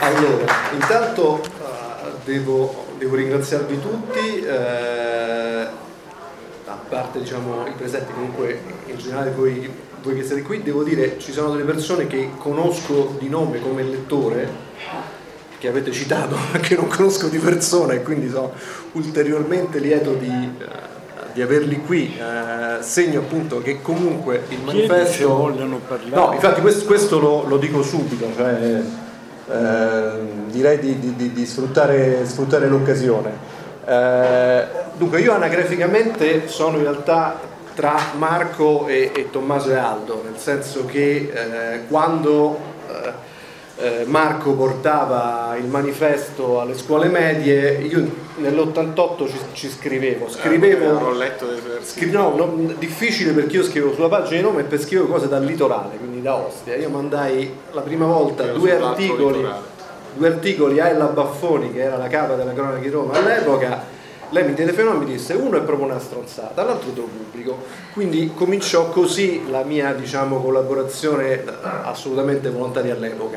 Allora, intanto devo ringraziarvi tutti, a parte diciamo i presenti, comunque in generale voi che siete qui. Devo dire, ci sono delle persone che conosco di nome come lettore, che avete citato, che non conosco di persona, e quindi sono ulteriormente lieto di averli qui. Segno appunto che comunque il manifesto vogliono parlare. No, infatti questo lo dico subito, cioè, direi di sfruttare l'occasione. Dunque, io anagraficamente sono in realtà tra Marco e Tommaso e Aldo, nel senso che quando Marco portava il manifesto alle scuole medie, io nell'88 ci scrivevo. Ho letto dei versi. Difficile, perché io scrivevo sulla pagina di nome e scrivevo cose dal litorale, quindi da Ostia. Io mandai la prima volta due articoli a Ella Baffoni, che era la capa della cronaca di Roma all'epoca. Lei mi telefonò e mi disse: uno è proprio una stronzata, l'altro te lo pubblico. Quindi cominciò così la mia, diciamo, collaborazione assolutamente volontaria all'epoca.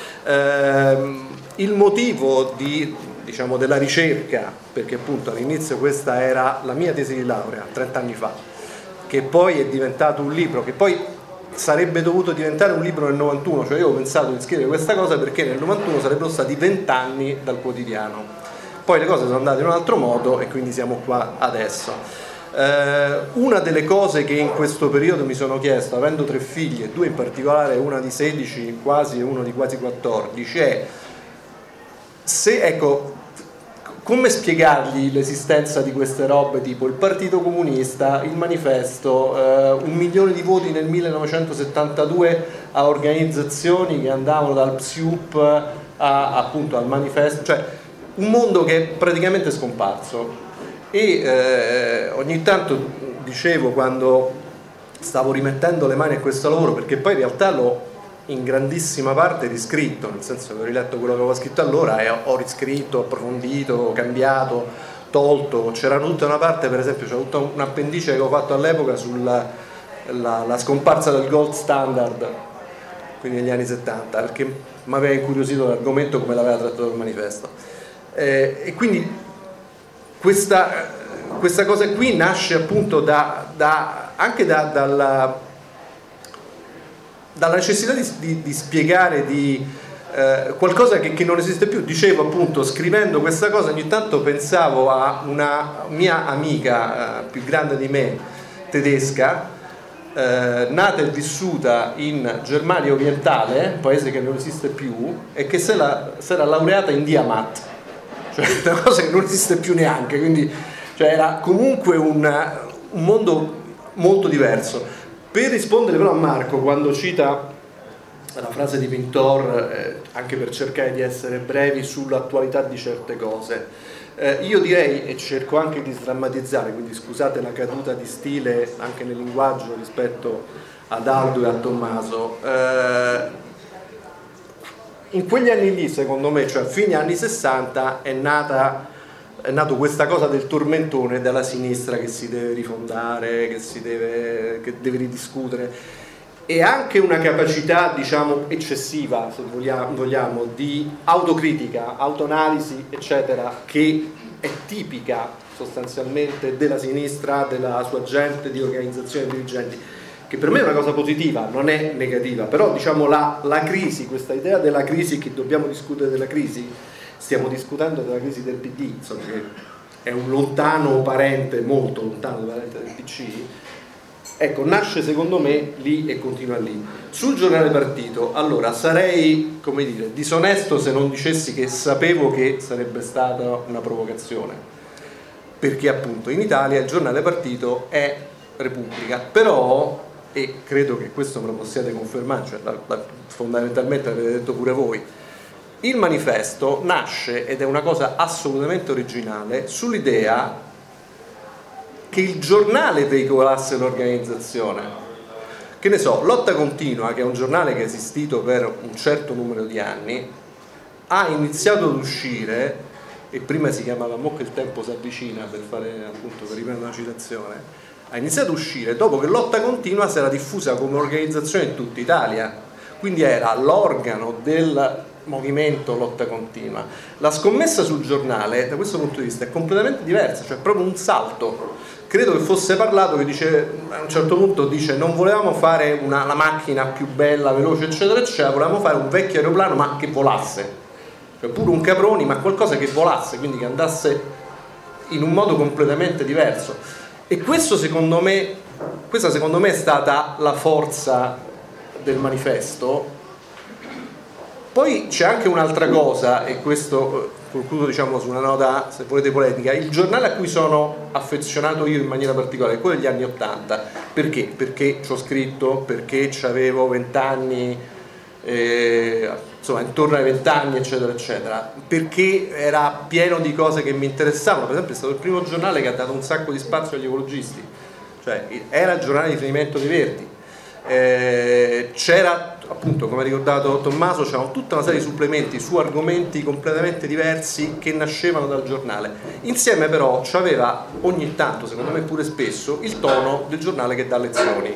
Il motivo diciamo, della ricerca, perché appunto all'inizio questa era la mia tesi di laurea 30 anni fa, che poi è diventato un libro, che poi sarebbe dovuto diventare un libro nel 91, cioè io ho pensato di scrivere questa cosa perché nel 91 sarebbero stati 20 anni dal quotidiano. Poi le cose sono andate in un altro modo e quindi siamo qua adesso. Una delle cose che in questo periodo mi sono chiesto, avendo 3 figlie, 2 in particolare, una di 16 quasi e uno di quasi 14, è come spiegargli l'esistenza di queste robe tipo il Partito Comunista, il Manifesto, 1 milione di voti nel 1972 a organizzazioni che andavano dal PSIUP appunto al Manifesto, cioè un mondo che è praticamente scomparso. E ogni tanto dicevo, quando stavo rimettendo le mani a questo lavoro, perché poi in realtà l'ho in grandissima parte riscritto, nel senso che ho riletto quello che avevo scritto allora e ho riscritto, approfondito, cambiato, tolto. C'era tutta una parte, per esempio c'era tutta un'appendice che avevo fatto all'epoca sulla la scomparsa del gold standard, quindi negli anni 70, perché mi aveva incuriosito l'argomento, come l'aveva trattato il manifesto. E quindi questa cosa qui nasce appunto anche dalla necessità di spiegare qualcosa che non esiste più. Dicevo appunto, scrivendo questa cosa ogni tanto pensavo a una mia amica più grande di me, tedesca, nata e vissuta in Germania orientale, un paese che non esiste più, e che si era laureata in Diamat, cioè una cosa che non esiste più neanche, quindi cioè era comunque un mondo molto diverso. Per rispondere però a Marco, quando cita la frase di Pintor, anche per cercare di essere brevi sull'attualità di certe cose, io direi, e cerco anche di sdrammatizzare, quindi scusate la caduta di stile anche nel linguaggio rispetto ad Aldo e a Tommaso, in quegli anni lì, secondo me, cioè a fine anni 60, è nato questa cosa del tormentone della sinistra che si deve rifondare, che deve ridiscutere, e anche una capacità, diciamo, eccessiva, se vogliamo, di autocritica, autoanalisi, eccetera, che è tipica sostanzialmente della sinistra, della sua gente, di organizzazioni dirigenti, che per me è una cosa positiva, non è negativa, però diciamo la crisi, questa idea della crisi, che dobbiamo discutere della crisi, stiamo discutendo della crisi del PD, insomma, che è un lontano parente, molto lontano parente del PC. Ecco, nasce secondo me lì e continua lì. Sul giornale partito, allora, sarei, come dire, disonesto se non dicessi che sapevo che sarebbe stata una provocazione, perché appunto in Italia il giornale partito è Repubblica, però, e credo che questo me lo possiate confermare, cioè fondamentalmente l'avete detto pure voi, il manifesto nasce, ed è una cosa assolutamente originale, sull'idea che il giornale veicolasse l'organizzazione. Che ne so, Lotta Continua, che è un giornale che è esistito per un certo numero di anni, ha iniziato ad uscire, e prima si chiamava Mo che il tempo si avvicina, per riprendere una citazione, ha iniziato ad uscire dopo che Lotta Continua si era diffusa come organizzazione in tutta Italia, quindi era l'organo movimento, lotta continua. La scommessa sul giornale da questo punto di vista è completamente diversa, cioè proprio un salto. Credo che fosse parlato che dice, a un certo punto dice non volevamo fare la macchina più bella, veloce eccetera eccetera, volevamo fare un vecchio aeroplano ma che volasse, cioè pure un Caproni ma qualcosa che volasse, quindi che andasse in un modo completamente diverso. E questa secondo me è stata la forza del manifesto. Poi c'è anche un'altra cosa, e questo concludo diciamo su una nota se volete polemica. Il giornale a cui sono affezionato io in maniera particolare è quello degli anni '80. Perché? Perché ci ho scritto, perché avevo 20 anni, insomma intorno ai 20 anni eccetera eccetera, perché era pieno di cose che mi interessavano. Per esempio è stato il primo giornale che ha dato un sacco di spazio agli ecologisti, cioè era il giornale di riferimento dei Verdi. C'era appunto, come ha ricordato Tommaso, c'erano tutta una serie di supplementi su argomenti completamente diversi che nascevano dal giornale. Insieme però c'aveva ogni tanto, secondo me pure spesso, il tono del giornale che dà lezioni.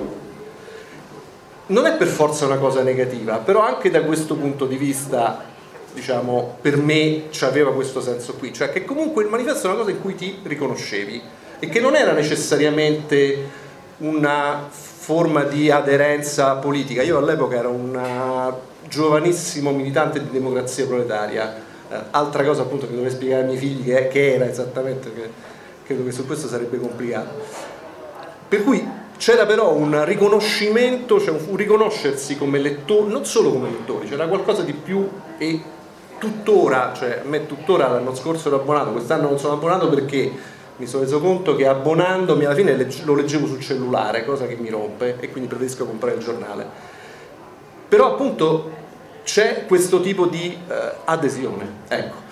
Non è per forza una cosa negativa, però anche da questo punto di vista, diciamo, per me c'aveva questo senso qui, cioè che comunque il manifesto è una cosa in cui ti riconoscevi e che non era necessariamente una forma di aderenza politica. Io all'epoca ero un giovanissimo militante di democrazia proletaria, altra cosa appunto che dovrei spiegare ai miei figli che era esattamente, perché credo che su questo sarebbe complicato. Per cui c'era però un riconoscimento, cioè un riconoscersi come lettori, non solo come lettori, c'era qualcosa di più. E tuttora, cioè a me tuttora l'anno scorso ero abbonato, quest'anno non sono abbonato perché mi sono reso conto che abbonandomi alla fine lo leggevo sul cellulare, cosa che mi rompe, e quindi preferisco comprare il giornale. Però appunto c'è questo tipo di adesione, ecco.